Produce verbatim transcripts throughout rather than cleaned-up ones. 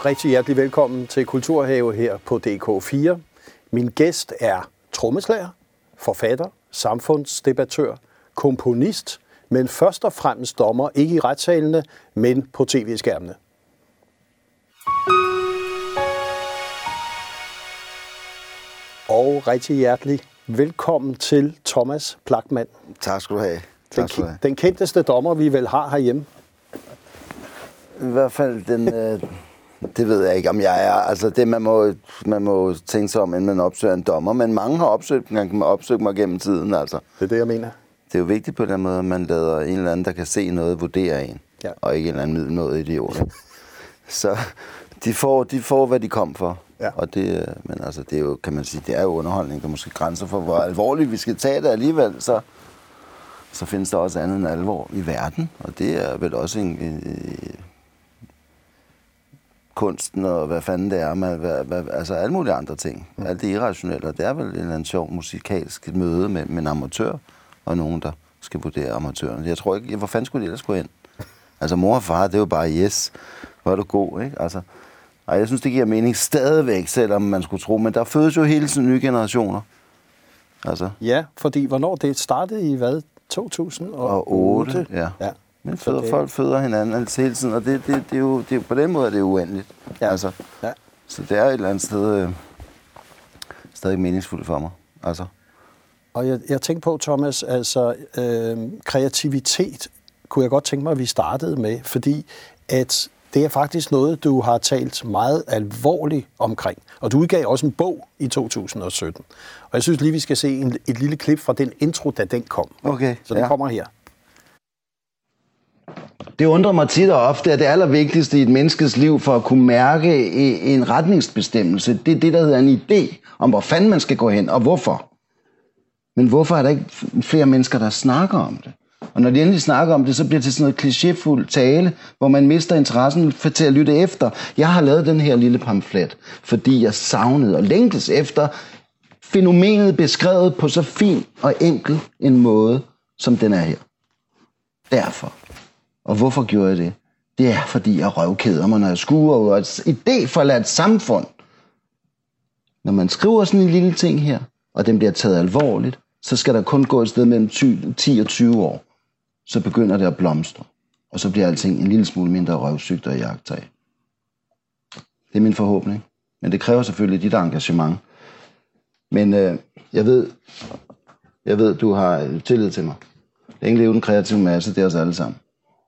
rigtig hjertelig velkommen til Kulturhave her på D K fire. Min gæst er trommeslager, forfatter, samfundsdebattør, komponist, men først og fremmest dommer, ikke i retssalene, men på tv-skærmene. Og rigtig hjertelig velkommen til Thomas Blachman. Tak skal du have. Tak skal du have. Den kendteste dommer, vi vel har herhjemme. I hvert fald, den, øh, det ved jeg ikke, om jeg er. Altså, det man må, man må tænke sig om, inden man opsøger en dommer. Men mange har opsøgt, man kan opsøge mig gennem tiden, altså. Det er det, jeg mener. Det er jo vigtigt på den måde, at man lader en eller anden, der kan se noget, vurdere en. Ja. Og ikke en eller anden middelmåde idiot. Så de får, de får, hvad de kom for. Ja. Og det, men altså, det er jo, kan man sige, det er jo underholdning. Der er måske grænser for, hvor alvorligt vi skal tage det alligevel. Så, så findes der også andet end alvor i verden. Og det er vel også en... en kunsten og hvad fanden det er, man, hvad, hvad, altså alle mulige andre ting. Mm. Alt det irrationelle, det er vel en eller anden sjov musikalsk møde med, med en amatør og nogen, der skal vurdere amatøren. Jeg tror ikke, hvor fanden skulle de ellers gå ind? Altså mor og far, det er jo bare yes, hvor er du god, ikke? Altså, ej, jeg synes, det giver mening stadigvæk, selvom man skulle tro, men der fødes jo hele tiden nye generationer. Altså. Ja, fordi hvornår det startede i hvad? to tusind og otte? Ja. Ja. Men føder, folk føder hinanden altså hele tiden, og det, det, det er jo, det er, på den måde er det uendeligt. Ja. Altså, ja. Så det er et eller andet sted øh, stadig meningsfuldt for mig. Altså. Og jeg, jeg tænkte på, Thomas, altså øh, kreativitet kunne jeg godt tænke mig, at vi startede med, fordi at det er faktisk noget, du har talt meget alvorligt omkring. Og du udgav også en bog i to tusind og sytten. Og jeg synes lige, vi skal se en, et lille klip fra den intro, da den kom. Okay. Så den ja. kommer her. Det undrer mig tit og ofte, at det allervigtigste i et menneskes liv for at kunne mærke en retningsbestemmelse, det er det, der hedder en idé om, hvor fanden man skal gå hen, og hvorfor. Men hvorfor er der ikke flere mennesker, der snakker om det? Og når de endelig snakker om det, så bliver det sådan noget klichéfuld tale, hvor man mister interessen for til at lytte efter. Jeg har lavet den her lille pamflet, fordi jeg savnede og længtes efter fænomenet beskrevet på så fin og enkel en måde, som den er her. Derfor. Og hvorfor gjorde jeg det? Det er, fordi jeg røvkeder mig, når jeg skuer ud af et idé for at lade et samfund. Når man skriver sådan en lille ting her, og den bliver taget alvorligt, så skal der kun gå et sted mellem ti og tyve år. Så begynder det at blomstre. Og så bliver alting en lille smule mindre røvsygt og jagttag. Det er min forhåbning. Men det kræver selvfølgelig dit engagement. Men øh, jeg ved, jeg ved, du har tillid til mig. Længe leve den kreative masse, det er os alle sammen.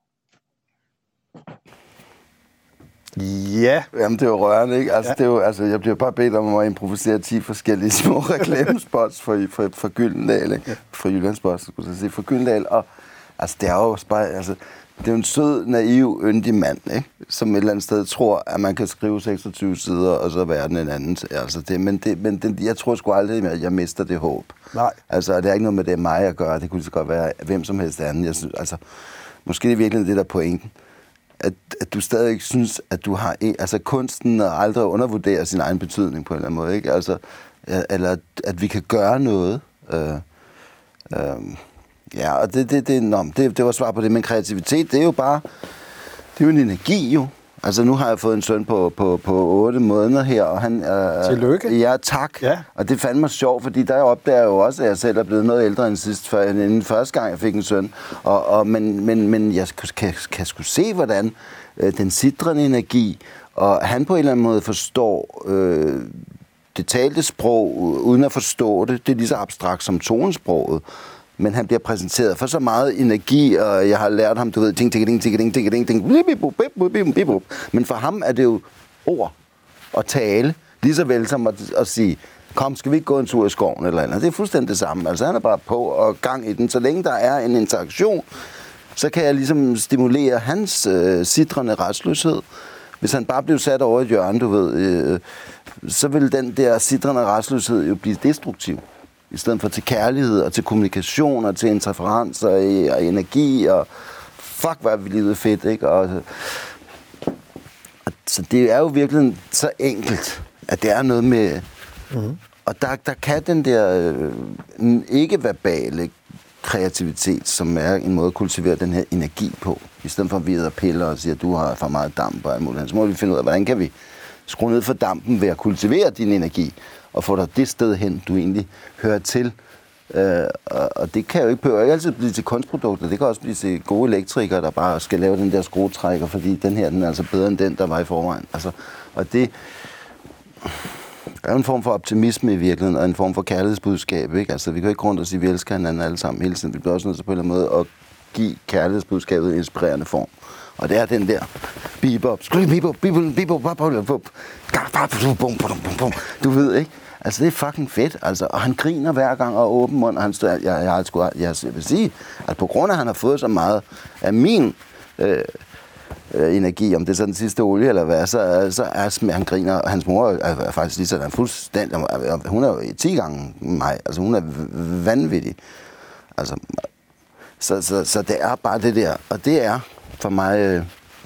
Ja. Jamen, det er jo rørende, ikke? Altså, ja. Det er jo, altså, jeg bliver bare bedt om at improvisere ti forskellige små reklamespots for, for, for Gyldendal, ikke? Ja. For Jyllandsposten, skulle jeg sige, for Gyldendal. Og altså, det er jo bare, altså, det er jo en sød, naiv, yndig mand, ikke? Som et eller andet sted tror, at man kan skrive seksogtyve sider, og så være den en anden. Altså, det, men det, men det, jeg tror sgu aldrig, at jeg mister det håb. Nej. Altså, det er ikke noget med det mig at gøre. Det kunne så godt være hvem som helst anden. Jeg synes, altså, måske er det virkelig det, der er pointen. At, at du stadig ikke synes, at du har... Altså, kunsten og aldrig undervurderer sin egen betydning på en eller anden måde, ikke? Altså, eller at, at vi kan gøre noget. Øh, øh, ja, og det, det, det, nå, det, det var svar på det. Men kreativitet, det er jo bare... Det er jo en energi, jo. Altså, nu har jeg fået en søn på, på, på otte måneder her, og han... Øh, Tillykke. Ja, tak. Ja. Og det fandt mig sjovt, fordi der opdager jeg jo også, at jeg selv er blevet noget ældre end sidst, før, end første gang, jeg fik en søn. Og, og, men, men, men jeg kan, kan, kan sgu se, hvordan øh, den sidrende energi, og han på en eller anden måde forstår øh, det talte sprog, uden at forstå det. Det er lige så abstrakt som tonesproget. Men han bliver præsenteret for så meget energi, og jeg har lært ham, du ved, ting, ting, ting, ting, ting, ting, ting, ting, men for ham er det jo ord og tale, lige så vel som at, at sige, kom, skal vi ikke gå en tur i skoven eller andet. Det er fuldstændig det samme. Altså han er bare på og gang i den. Så længe der er en interaktion, så kan jeg ligesom stimulere hans øh, sidrende retsløshed. Hvis han bare blev sat over et hjørne, du ved, øh, så vil den der sidrende retsløshed jo blive destruktiv. I stedet for til kærlighed og til kommunikation og til interferencer og energi og fuck, hvor er vi livet fedt, ikke? Og, og, så det er jo virkelig så enkelt, at det er noget med... Mm-hmm. Og der, der kan den der øh, ikke-verbale kreativitet, som er en måde at kultivere den her energi på, I stedet for at vi æder piller og siger, at du har for meget damp og alt muligt. Så må vi finde ud af, hvordan kan vi skrue ned for dampen ved at kultivere din energi og få dig det sted hen, du egentlig hører til. Øh, og, og det kan jo ikke, ikke altid blive til kunstprodukter. Det kan også blive til gode elektrikere, der bare skal lave den der skruetrækker, fordi den her den er altså bedre end den, der var i forvejen. Altså, og det er en form for optimisme i virkeligheden, og en form for kærlighedsbudskab, ikke? Altså, vi kan ikke rundt og sige, at vi elsker hinanden alle sammen hele tiden. Vi bliver også nødt til på en eller anden måde at give kærlighedsbudskabet en inspirerende form. Og det er den der bebop, bebop, bebop, bebop, du ved, ikke? Altså, det er fucking fedt, altså. Og han griner hver gang og åben mund, og han står, jeg, jeg, jeg, jeg, jeg vil sige, at på grund af, at han har fået så meget af min øh, øh, energi, om det er så den sidste olie eller hvad, så, så er han griner, og hans mor er faktisk lige sådan fuldstændig, hun er jo ti gange mig, altså hun er vanvittig. Altså, så, så, så det er bare det der, og det er for mig, øh,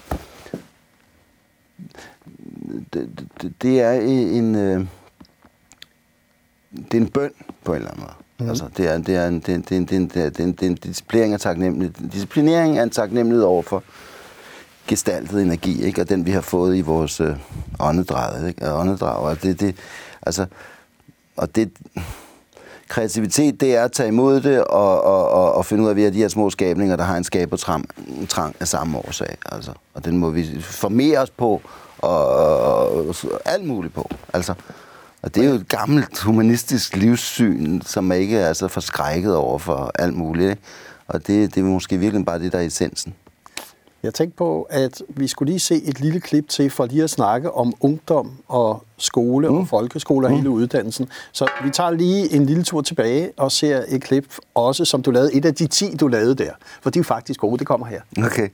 det, det, det er en, øh, det er en bøn på en eller anden måde. Mm. Altså, det er, det er en, det er, det er en, det er en, det er en, det er en disciplinering af taknemmelighed. Disciplinering er en taknemmelighed over for gestaltet energi, ikke? Og den vi har fået i vores øh, åndedrag, ikke? Åndedrag, og det, det, altså, og det, kreativitet, det er at tage imod det og, og, og, og finde ud af, at vi er de her små skabninger, der har en skabertrang trang af samme årsag. Altså, og den må vi formere os på og, og, og alt muligt på. Altså, og det er jo et gammelt humanistisk livssyn, som man ikke er så forskrækket over for alt muligt. Ikke? Og det, det er måske virkelig bare det, der er essensen. Jeg tænkte på, at vi skulle lige se et lille klip til, for lige at snakke om ungdom og skole mm. og folkeskole og mm. hele uddannelsen. Så vi tager lige en lille tur tilbage og ser et klip, også som du lavede, et af de ti, du lavede der. For de er faktisk gode, det kommer her. Okay.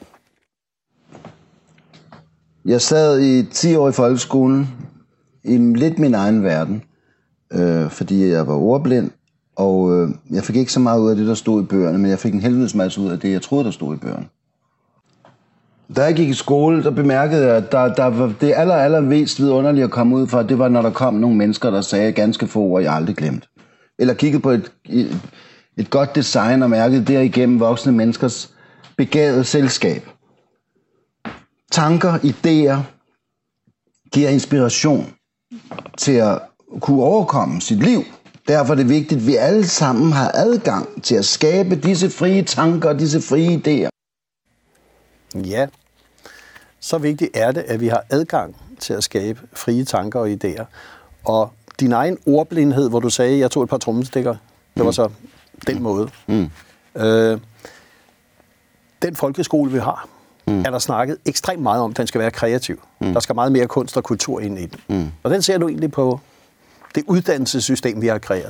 Jeg sad i ti år i folkeskolen, i lidt min egen verden, øh, fordi jeg var ordblind, og øh, jeg fik ikke så meget ud af det, der stod i bøgerne, men jeg fik en helvedes masse ud af det, jeg troede, der stod i bøgerne. Da jeg gik i skole, der bemærkede jeg, at der, der var det aller, aller mest vidunderlige at komme ud fra, det var, når der kom nogle mennesker, der sagde ganske få ord, jeg aldrig glemt. Eller kiggede på et, et, et godt design og mærkede derigennem voksne menneskers begavede selskab. Tanker, idéer giver inspiration til at kunne overkomme sit liv. Derfor er det vigtigt, at vi alle sammen har adgang til at skabe disse frie tanker og disse frie idéer. Ja, så vigtigt er det, at vi har adgang til at skabe frie tanker og idéer. Og din egen ordblindhed, hvor du sagde, at jeg tog et par trommestikker, det var mm. så den måde. Mm. Øh, den folkeskole, vi har, mm. er der snakket ekstremt meget om, at den skal være kreativ. Mm. Der skal meget mere kunst og kultur ind i den. Mm. Og den ser du egentlig på det uddannelsessystem, vi har kreeret.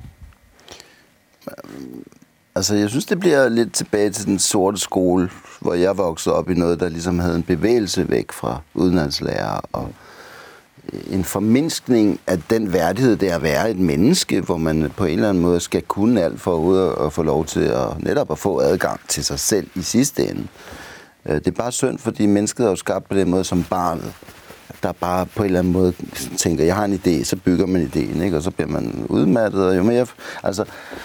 Altså, jeg synes, det bliver lidt tilbage til den sorte skole, hvor jeg voksede op i noget, der ligesom havde en bevægelse væk fra udenlandslærer og en formindskning af den værdighed, det er at være et menneske, hvor man på en eller anden måde skal kunne alt for ud og få lov til at netop at få adgang til sig selv i sidste ende. Det er bare synd, fordi mennesket er jo skabt på den måde som barnet, der bare på en eller anden måde tænker, jeg har en idé, så bygger man idéen, ikke? Og så bliver man udmattet, og jo mere... Altså,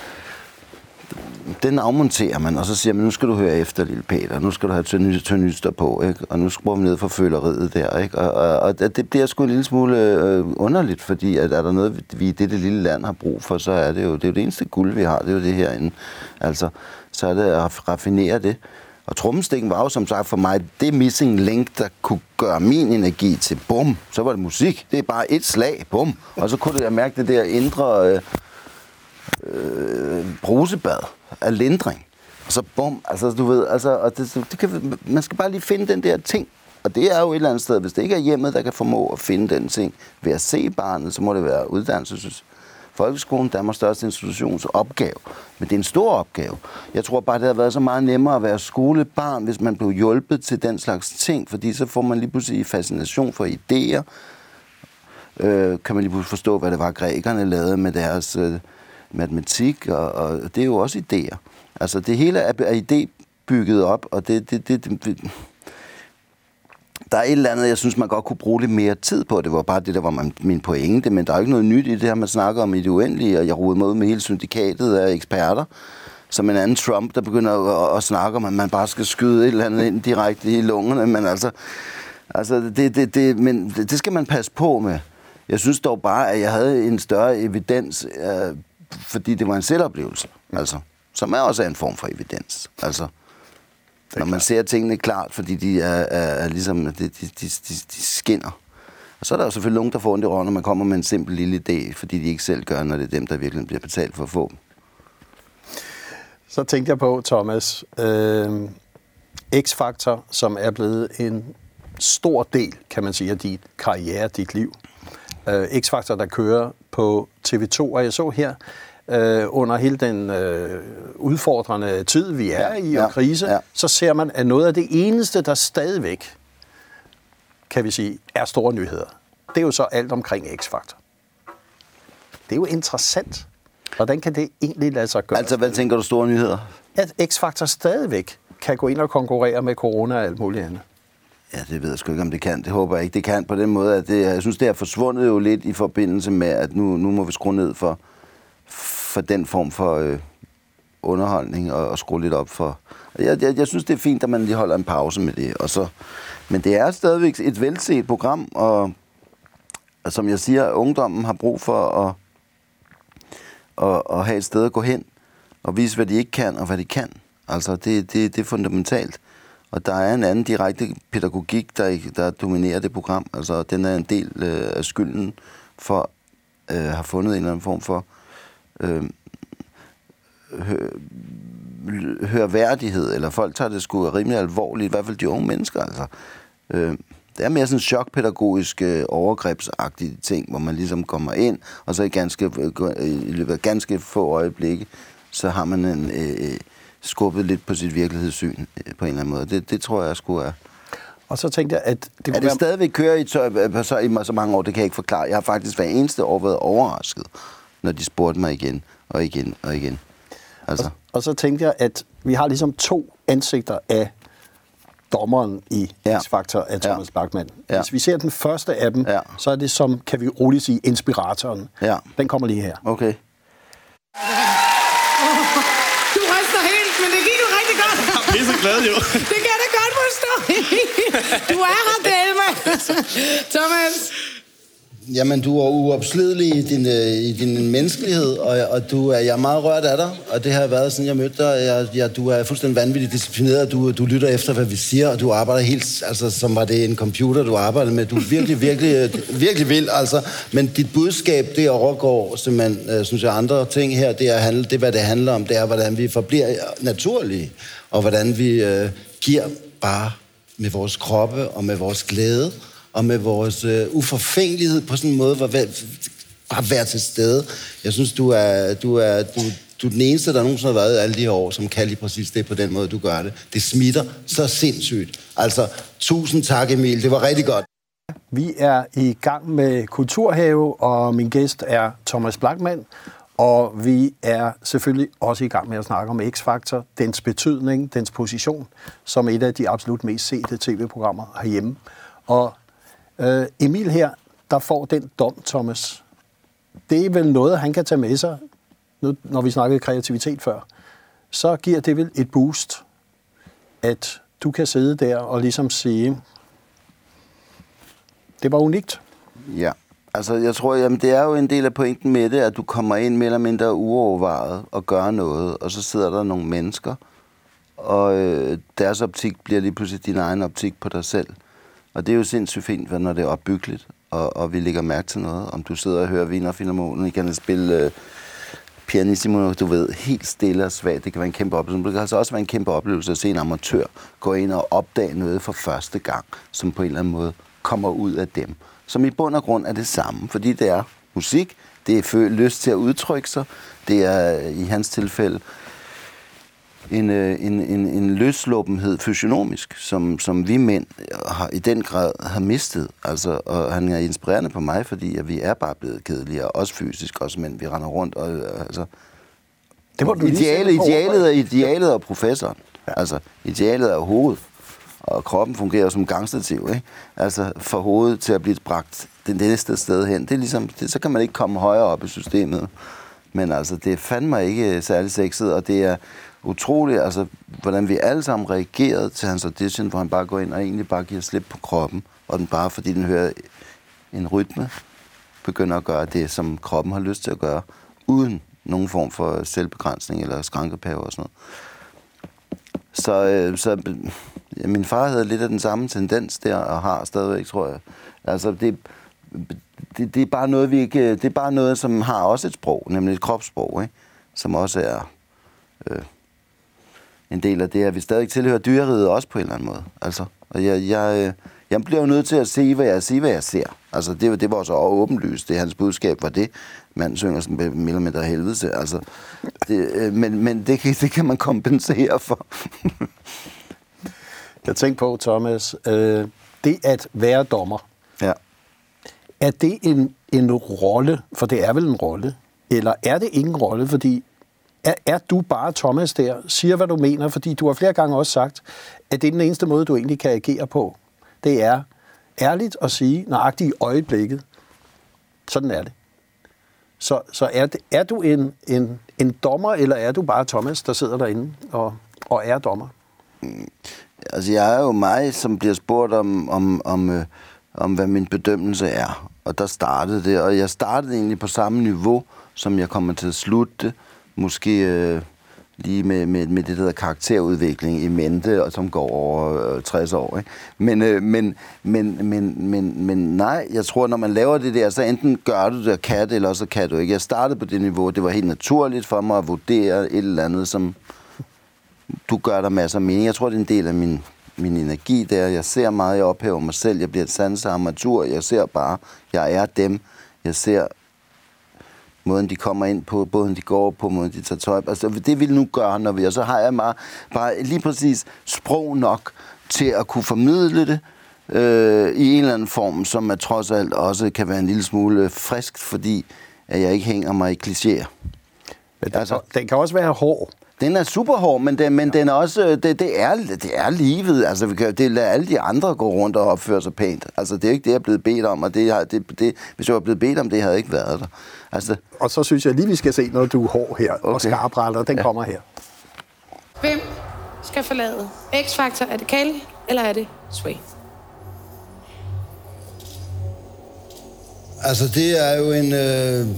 den afmonterer man, og så siger man, nu skal du høre efter, lille Peter, nu skal du have tønyster på, ikke? Og nu skruer vi ned for føleriet der, ikke? Og, og, og det bliver sgu en lille smule øh, underligt, fordi at er der noget, vi i dette lille land har brug for, så er det jo det, er jo det eneste guld, vi har, det er jo det herinde. Altså, så er det at raffinere det. Og trommestikken var jo som sagt for mig det missing link, der kunne gøre min energi til bum, så var det musik. Det er bare et slag, bum. Og så kunne jeg mærke det der indre øh, øh, brusebad af lindring. Og så bum, altså du ved, altså, og det, det kan, man skal bare lige finde den der ting. Og det er jo et eller andet sted, hvis det ikke er hjemmet, der kan formå at finde den ting ved at se barnet, så må det være uddannelses. Folkeskolen, Danmarks største institutions opgave. Men det er en stor opgave. Jeg tror bare, det havde været så meget nemmere at være skolebarn, hvis man blev hjulpet til den slags ting, fordi så får man lige pludselig fascination for idéer. Øh, kan man lige pludselig forstå, hvad det var, grækerne lavede med deres øh, matematik, og, og det er jo også idéer. Altså, det hele er, er idébygget op, og det... det, det, det, det der er et eller andet, jeg synes, man godt kunne bruge lidt mere tid på. Det var bare det, der var min pointe, men der er jo ikke noget nyt i det her, man snakker om i det uendelige, og jeg rodede mig ud med hele syndikatet af eksperter, som en anden Trump, der begynder at, at, at snakke om, at man bare skal skyde et eller andet ind direkte i lungerne, men altså, altså det, det, det, men det skal man passe på med. Jeg synes dog bare, at jeg havde en større evidens, øh, fordi det var en selvoplevelse, altså, som er også en form for evidens. Altså, når man ser tingene klart, fordi de er, er, er ligesom, de, de, de, de skinner. Og så er der jo selvfølgelig nogen, der får ondt i røven, når man kommer med en simpel lille idé, fordi de ikke selv gør, når det er dem, der virkelig bliver betalt for at få dem. Så tænkte jeg på, Thomas, øh, X-Factor, som er blevet en stor del, kan man sige, af dit karriere, dit liv. Øh, X-Factor, der kører på T V to, og jeg så her, øh, under hele den øh, udfordrende tid, vi er ja, i, og ja, krise, ja. Så ser man, at noget af det eneste, der stadigvæk, kan vi sige, er store nyheder. Det er jo så alt omkring X-Factor. Det er jo interessant. Hvordan kan det egentlig lade sig gøre? Altså, hvad tænker du store nyheder? At X-Factor stadigvæk kan gå ind og konkurrere med corona og alt muligt andet. Ja, det ved jeg sgu ikke, om det kan. Det håber jeg ikke, det kan på den måde. At det, jeg synes, det er forsvundet jo lidt i forbindelse med, at nu, nu må vi skrue ned for, for den form for øh, underholdning og, og skrue lidt op for... Jeg, jeg, jeg synes, det er fint, at man lige holder en pause med det. Og så, men det er stadigvæk et velset program, og, og som jeg siger, ungdommen har brug for at, at, at have et sted at gå hen og vise, hvad de ikke kan og hvad de kan. Altså, det, det, det er fundamentalt. Og der er en anden direkte pædagogik, der, der dominerer det program. Altså, den er en del øh, af skylden for at øh, have fundet en eller anden form for øh, hø, hørværdighed, eller folk tager det sgu rimelig alvorligt, i hvert fald de unge mennesker. Altså. Øh, det er mere sådan chokpædagogisk, øh, overgrebsagtige ting, hvor man ligesom kommer ind, og så i, ganske, i løbet af ganske få øjeblikke, så har man en... Øh, skubbet lidt på sit virkelighedssyn på en eller anden måde. Det, det tror jeg sgu er... Og så tænkte jeg, at... Det kunne er det være... stadigvæk kører i, tør, så, i så mange år, det kan jeg ikke forklare. Jeg har faktisk hver eneste år været overrasket, når de spurgte mig igen og igen og igen. Altså. Og, og så tænkte jeg, at vi har ligesom to ansigter af dommeren i ja. X-Factor af Thomas ja. Blachman. Ja. Hvis vi ser den første af dem, ja. så er det som, kan vi roligt sige, inspiratoren. Ja. Den kommer lige her. Okay. Jeg er så glad, jo. Det kan jeg da godt forstå. Du er her, Delma. Thomas. Jamen, du er uopslidelig i din, i din menneskelighed, og, og du er, jeg er meget rørt af dig, og det har været sådan, jeg mødte dig. Jeg, jeg, du er fuldstændig vanvittigt disciplineret, du, du lytter efter, hvad vi siger, og du arbejder helt, altså, som var det en computer, du arbejder med. Du er virkelig, virkelig, virkelig vild, altså. Men dit budskab, det overgår simpelthen, synes jeg, andre ting her, det er, handle, det, hvad det handler om, det er, hvordan vi forbliver naturlige, og hvordan vi øh, giver bare med vores kroppe og med vores glæde, og med vores øh, uforfængelighed på sådan en måde, hvor bare være til stede. Jeg synes, du er, du er, du, du er den eneste, der nogensinde har været alle de her år, som kan lige præcis det på den måde, du gør det. Det smitter så sindssygt. Altså, tusind tak, Emil. Det var rigtig godt. Vi er i gang med Kulturhave, og min gæst er Thomas Blachman. Og vi er selvfølgelig også i gang med at snakke om X-Factor, dens betydning, dens position, som et af de absolut mest sete tv-programmer herhjemme. Og øh, Emil her, der får den dom, Thomas. Det er vel noget, han kan tage med sig, nu, når vi snakkede kreativitet før. Så giver det vel et boost, at du kan sidde der og ligesom sige, det var unikt. Ja. Altså, jeg tror, jamen, det er jo en del af pointen med det, at du kommer ind mere eller mindre uovervejet og gør noget, og så sidder der nogle mennesker, og øh, deres optik bliver lige pludselig din egen optik på dig selv. Og det er jo sindssygt fint, når det er opbyggeligt, og, og vi lægger mærke til noget. Om du sidder og hører Wiener Philharmonikerne, kan spille øh, pianissimo, du ved, helt stille og svagt. Det kan være en kæmpe oplevelse. Det kan altså også være en kæmpe oplevelse at se en amatør gå ind og opdage noget for første gang, som på en eller anden måde kommer ud af dem. Som i bund og grund er det samme, fordi det er musik, det er føl- lyst til at udtrykke sig, det er i hans tilfælde en, en, en, en løsluppenhed fysionomisk, som, som vi mænd har, i den grad har mistet. Altså, og han er inspirerende på mig, fordi at vi er bare blevet kedeligere, også fysisk, også mænd, vi render rundt. Og, altså, det var du idealet, idealet, er, idealet er professoren. Ja. Altså, idealet er hovedet. Og kroppen fungerer som gangstativ, ikke? Altså, for hovedet til at blive bragt det næste sted hen. Det er ligesom, det, så kan man ikke komme højere op i systemet. Men altså, det fandt mig ikke særlig sexet, og det er utroligt, altså, hvordan vi alle sammen reagerede til hans audition, hvor han bare går ind og egentlig bare giver slip på kroppen, og den bare, fordi den hører en rytme, begynder at gøre det, som kroppen har lyst til at gøre, uden nogen form for selvbegrænsning eller skrankepave og sådan noget. Så, øh, så ja, min far havde lidt af den samme tendens der, og har stadigvæk, tror jeg. Altså, det, det, det er bare noget, vi ikke, det er bare noget, som har også et sprog, nemlig et kropssprog, ikke? Som også er øh, en del af det, at vi stadig tilhører dyreriget også på en eller anden måde. Altså, og jeg, jeg, jeg bliver jo nødt til at se, hvad jeg, sige, hvad jeg ser. Altså, det, det var så åbenlyst. Det hans budskab var det. Manden synger sådan mere eller mindre helvede. Altså, det, øh, men men det, det kan man kompensere for. Jeg tænker på, Thomas, øh, det at være dommer, ja. er det en, en rolle, for det er vel en rolle, eller er det ingen rolle, fordi er, er du bare Thomas der, siger hvad du mener, fordi du har flere gange også sagt, at det er den eneste måde, du egentlig kan agere på. Det er ærligt at sige, nøjagtigt i øjeblikket, sådan er det. Så, så er, det, er du en, en, en dommer, eller er du bare Thomas, der sidder derinde og, og er dommer? Mm. Altså, jeg er jo mig, som bliver spurgt om, om, om, øh, om, hvad min bedømmelse er. Og der startede det, og jeg startede egentlig på samme niveau, som jeg kommer til at slutte. Måske øh, lige med, med, med det, der hedder karakterudvikling i mente, og som går over øh, tres år. Ikke? Men, øh, men, men, men, men, men nej, jeg tror, når man laver det der, så enten gør du det og kan det, eller så kan du ikke. Jeg startede på det niveau, det var helt naturligt for mig at vurdere et eller andet, som du gør der masser af mening. Jeg tror, det er en del af min, min energi der. Jeg ser meget, jeg ophæver mig selv. Jeg bliver et sansearmatur. Jeg ser bare, jeg er dem. Jeg ser måden, de kommer ind på, måden, de går på, måden, de tager tøj. Altså, det vil nu gøre, når vi... Og så har jeg bare, bare lige præcis sprog nok til at kunne formidle det øh, i en eller anden form, som er trods alt også kan være en lille smule frisk, fordi at jeg ikke hænger mig i klichéer. Men den, altså, den kan også være hård. Den er super hård, men, den, men den er også, det, det, er, det er livet. Altså, vi kan det lader alle de andre gå rundt og opføre sig pænt. Altså, det er ikke det, jeg er blevet bedt om, og det, det, det, hvis jeg var blevet bedt om det, havde jeg ikke været der. Altså, og så synes jeg lige, vi skal se, når du er hård her, okay. Og skarpretter, den ja. kommer her. Hvem skal forlade X-Factor? Er det Kelly, eller er det Sway? Altså, det er jo en... Øh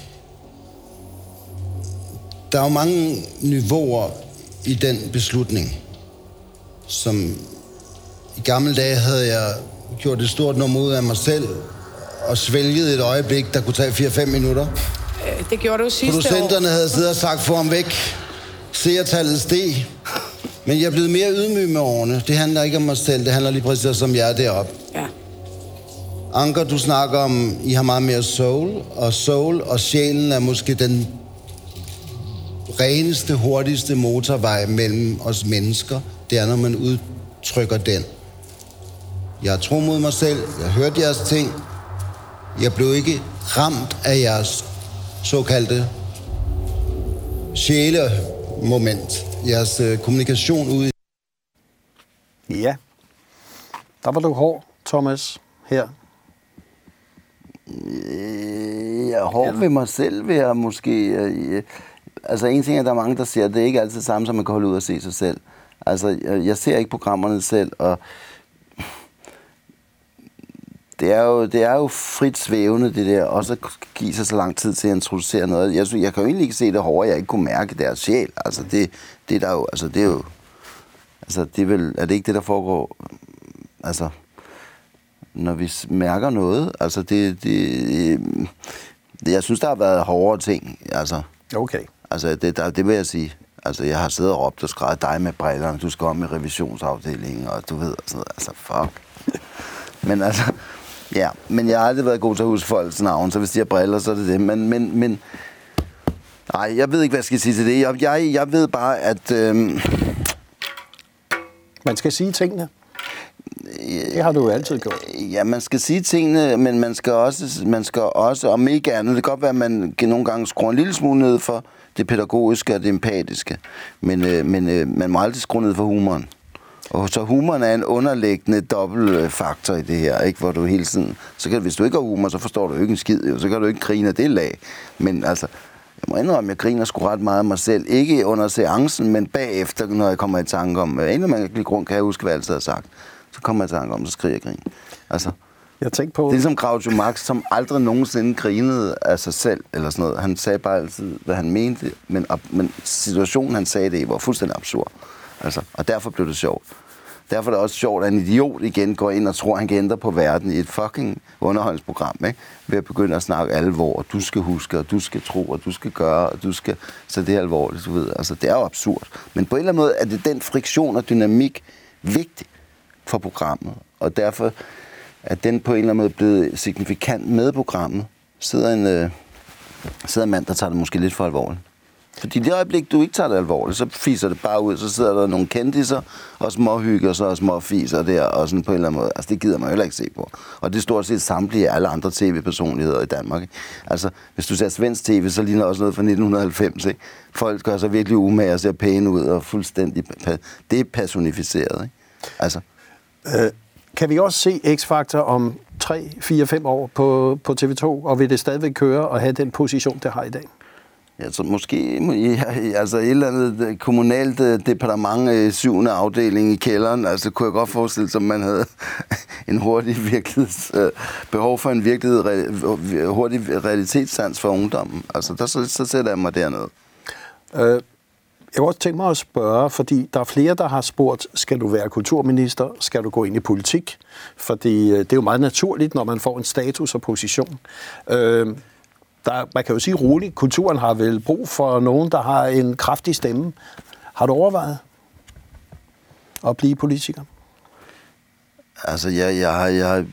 Der er jo mange niveauer i den beslutning, som i gamle dage havde jeg gjort et stort nummer ud af mig selv og svælget et øjeblik, der kunne tage fire til fem minutter. Det gjorde du sidste år. Producenterne havde siddet og sagt, få ham væk. Seertallet steg. Men jeg er blevet mere ydmyg med årene. Det handler ikke om mig selv, det handler lige præcis om jer deroppe. Ja. Anker, du snakker om, I har meget mere soul, og soul og sjælen er måske den reneste, hurtigste motorvej mellem os mennesker. Det er, når man udtrykker den. Jeg er tro mod mig selv, jeg hørte jeres ting. Jeg blev ikke ramt af jeres såkaldte sjælemoment. Jeres øh, kommunikation ude. Ja. Der var du hård, Thomas, her. Jeg er hård ved mig selv, ved jeg måske... Jeg, altså en ting er, at der er mange, der siger, at det er ikke altid det samme, som man kan holde ud og se sig selv. Altså, jeg, jeg ser ikke programmerne selv, og det er jo, det er jo frit svævende, det der, og så give sig så lang tid til at introducere noget. Jeg, synes, jeg kan jo egentlig ikke se det hårdere, jeg ikke kunne mærke deres sjæl. Altså, det, det er der jo, altså, det er jo, altså, det er vel, er det ikke det, der foregår, altså, når vi mærker noget, altså, det, det, det jeg synes, der har været hårdere ting, altså. Okay. Altså, det, der, det vil jeg sige. Altså, jeg har siddet og råbt og skrevet dig med brillerne, du skal om med revisionsafdelingen, og du ved, og sådan noget. Altså, fuck. Men altså, ja. Men jeg har aldrig været god til at huske folks navn, så hvis de har briller, så er det det. Men, men, men... Nej, jeg ved ikke, hvad jeg skal sige til det. Jeg, jeg, jeg ved bare, at... Øhm... Man skal sige tingene. Det har du jo altid gjort. Ja, man skal sige tingene, men man skal også, man skal også om ikke andet, det kan godt være, at man nogle gange skruer en lille smule ned for det pædagogiske og det empatiske, men, øh, men øh, man må aldrig skrue ned for humoren. Og så humoren er en underliggende dobbeltfaktor i det her, ikke? Hvor du hele tiden... Så kan, hvis du ikke har humor, så forstår du ikke en skid, jo. Så kan du ikke grine af det lag. Men altså, Jeg må indrømme, jeg griner sgu ret meget af mig selv. Ikke under seancen, men bagefter, når jeg kommer i tanke om... En eller anden grund kan jeg huske, hvad jeg altid har sagt. Så kommer jeg i tanke om, så skriger jeg grin. Altså, jeg tænkte på... Det er ligesom Groucho Marx, som aldrig nogensinde grinede af sig selv, eller sådan noget. Han sagde bare altid, hvad han mente, men, men situationen, han sagde det i, var fuldstændig absurd. Altså, og derfor blev det sjovt. Derfor er det også sjovt, at en idiot igen går ind og tror, at han kan ændre på verden i et fucking underholdningsprogram, ikke? Ved at begynde at snakke alvor, og du skal huske, og du skal tro, og du skal gøre, og du skal... Så det er alvorligt, du ved. Altså, det er jo absurd. Men på en eller anden måde er det den friktion og dynamik vigtig for programmet, og derfor er den på en eller anden måde blevet signifikant med programmet. Sidder en, øh, sidder en mand, der tager det måske lidt for alvorligt. Fordi i det øjeblik, du ikke tager det alvorligt, så fiser det bare ud, så sidder der nogle kendiser og småhygger sig og småfiser der, og sådan på en eller anden måde. Altså, det gider man heller ikke se på. Og det er stort set samtlige alle andre tv-personligheder i Danmark, ikke? Altså, hvis du ser svensk tv, så ligner også noget fra nitten halvfems, ikke? Folk gør sig virkelig umage og ser pæne ud og fuldstændig... Det er personificeret, ikke? Altså... Øh, kan vi også se X-Factor om tre, fire, fem år på, på T V to, og vil det stadigvæk køre og have den position, det har i dag? Ja, så måske altså et eller andet kommunalt departement i syvende afdeling i kælderen, altså kunne jeg godt forestille sig, at man havde en hurtig virkeligheds, behov for en virkelighed, hurtig realitetssans for ungdommen. Altså, der, så, så sætter jeg mig dernede. Øh, jeg kunne også tænke mig at spørge, fordi der er flere, der har spurgt, skal du være kulturminister, skal du gå ind i politik? Fordi det er jo meget naturligt, når man får en status og position. Øh, Der, man kan jo sige roligt, kulturen har vel brug for nogen, der har en kraftig stemme. Har du overvejet at blive politiker? Altså, jeg, jeg, jeg,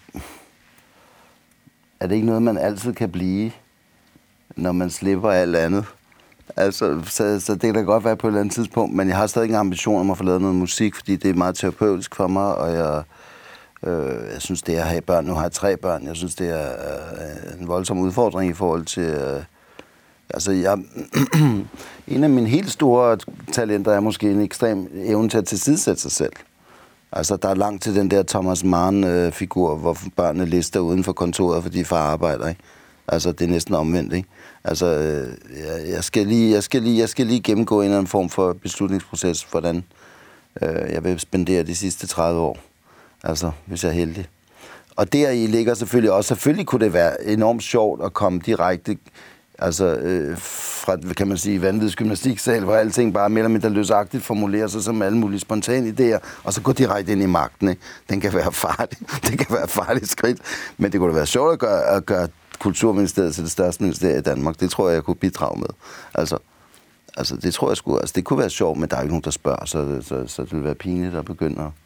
er det ikke noget, man altid kan blive, når man slipper alt andet? Altså, så, så det kan da godt være på et eller andet tidspunkt, men jeg har stadig en ambition om at få lavet noget musik, fordi det er meget terapeutisk for mig, og jeg... Øh, jeg synes, det er at have børn. Nu har jeg tre børn. Jeg synes, det er øh, en voldsom udfordring i forhold til... Øh, altså, jeg... en af mine helt store talenter er måske en ekstrem evne til at tilsidesætte sig selv. Altså, der er langt til den der Thomas Mann-figur, hvor børnene lister uden for kontoret, fordi far arbejder, ikke? Altså, det er næsten omvendt, ikke? Altså, øh, jeg, jeg, skal lige, jeg, skal lige, jeg skal lige gennemgå en eller anden form for beslutningsproces, hvordan øh, jeg vil spendere de sidste tredive år. Altså, hvis jeg er heldig. Og deri ligger selvfølgelig også, selvfølgelig kunne det være enormt sjovt at komme direkte, altså øh, fra, kan man sige, vanvittig gymnastiksal, hvor alting bare mere eller mindre løsagtigt formulerer sig som alle mulige spontane idéer, og så gå direkte ind i magten, ikke? Den kan være farlig. Det kan være et farligt skridt, men det kunne da være sjovt at gøre, at gøre Kulturministeriet til det største ministerie i Danmark. Det tror jeg, jeg kunne bidrage med. Altså, altså det tror jeg sgu, altså det kunne være sjovt, men der er ikke nogen, der spørger, så, så, så det vil være pinligt at begynde at...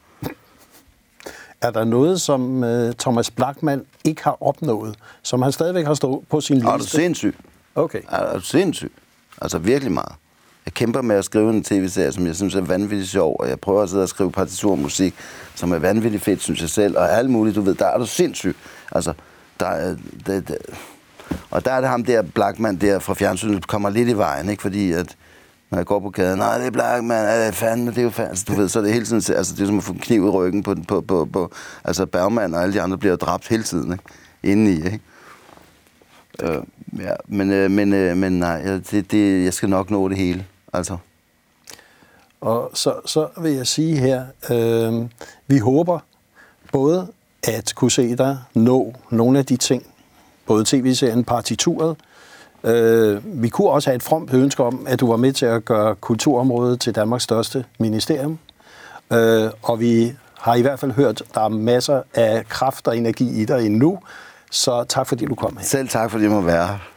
Er der noget, som uh, Thomas Blachman ikke har opnået, som han stadigvæk har stået på sin liste? Er du sindssyg? Okay. Er du sindssyg? Altså virkelig meget. Jeg kæmper med at skrive en tv-serie, som jeg synes er vanvittigt sjov, og jeg prøver at sidde og skrive partiturmusik, som er vanvittigt fedt, synes jeg selv, og alt muligt, du ved, der er du sindssyg. Altså, der er... Det, det. Og der er det ham der, Blachman der fra fjernsynet, kommer lidt i vejen, ikke? Fordi at når jeg går på gaden, nej, det er Blachman, er det fanden, det er jo fanden. Altså, du ved, så er det hele tiden, altså det er som at få kniv i ryggen på, på, på, på altså Bergman og alle de andre bliver dræbt hele tiden, ikke? Indeni, ikke? Øh, ja, men, øh, men, øh, men nej, det, det, jeg skal nok nå det hele, altså. Og så, så vil jeg sige her, øh, vi håber både at kunne se dig nå nogle af de ting, både tv-serien, partituret. Øh, vi kunne også have et fromt ønske om, at du var med til at gøre kulturområdet til Danmarks største ministerium. Øh, og vi har i hvert fald hørt, at der er masser af kraft og energi i dig endnu. Så tak fordi du kom her. Selv tak fordi du må være her.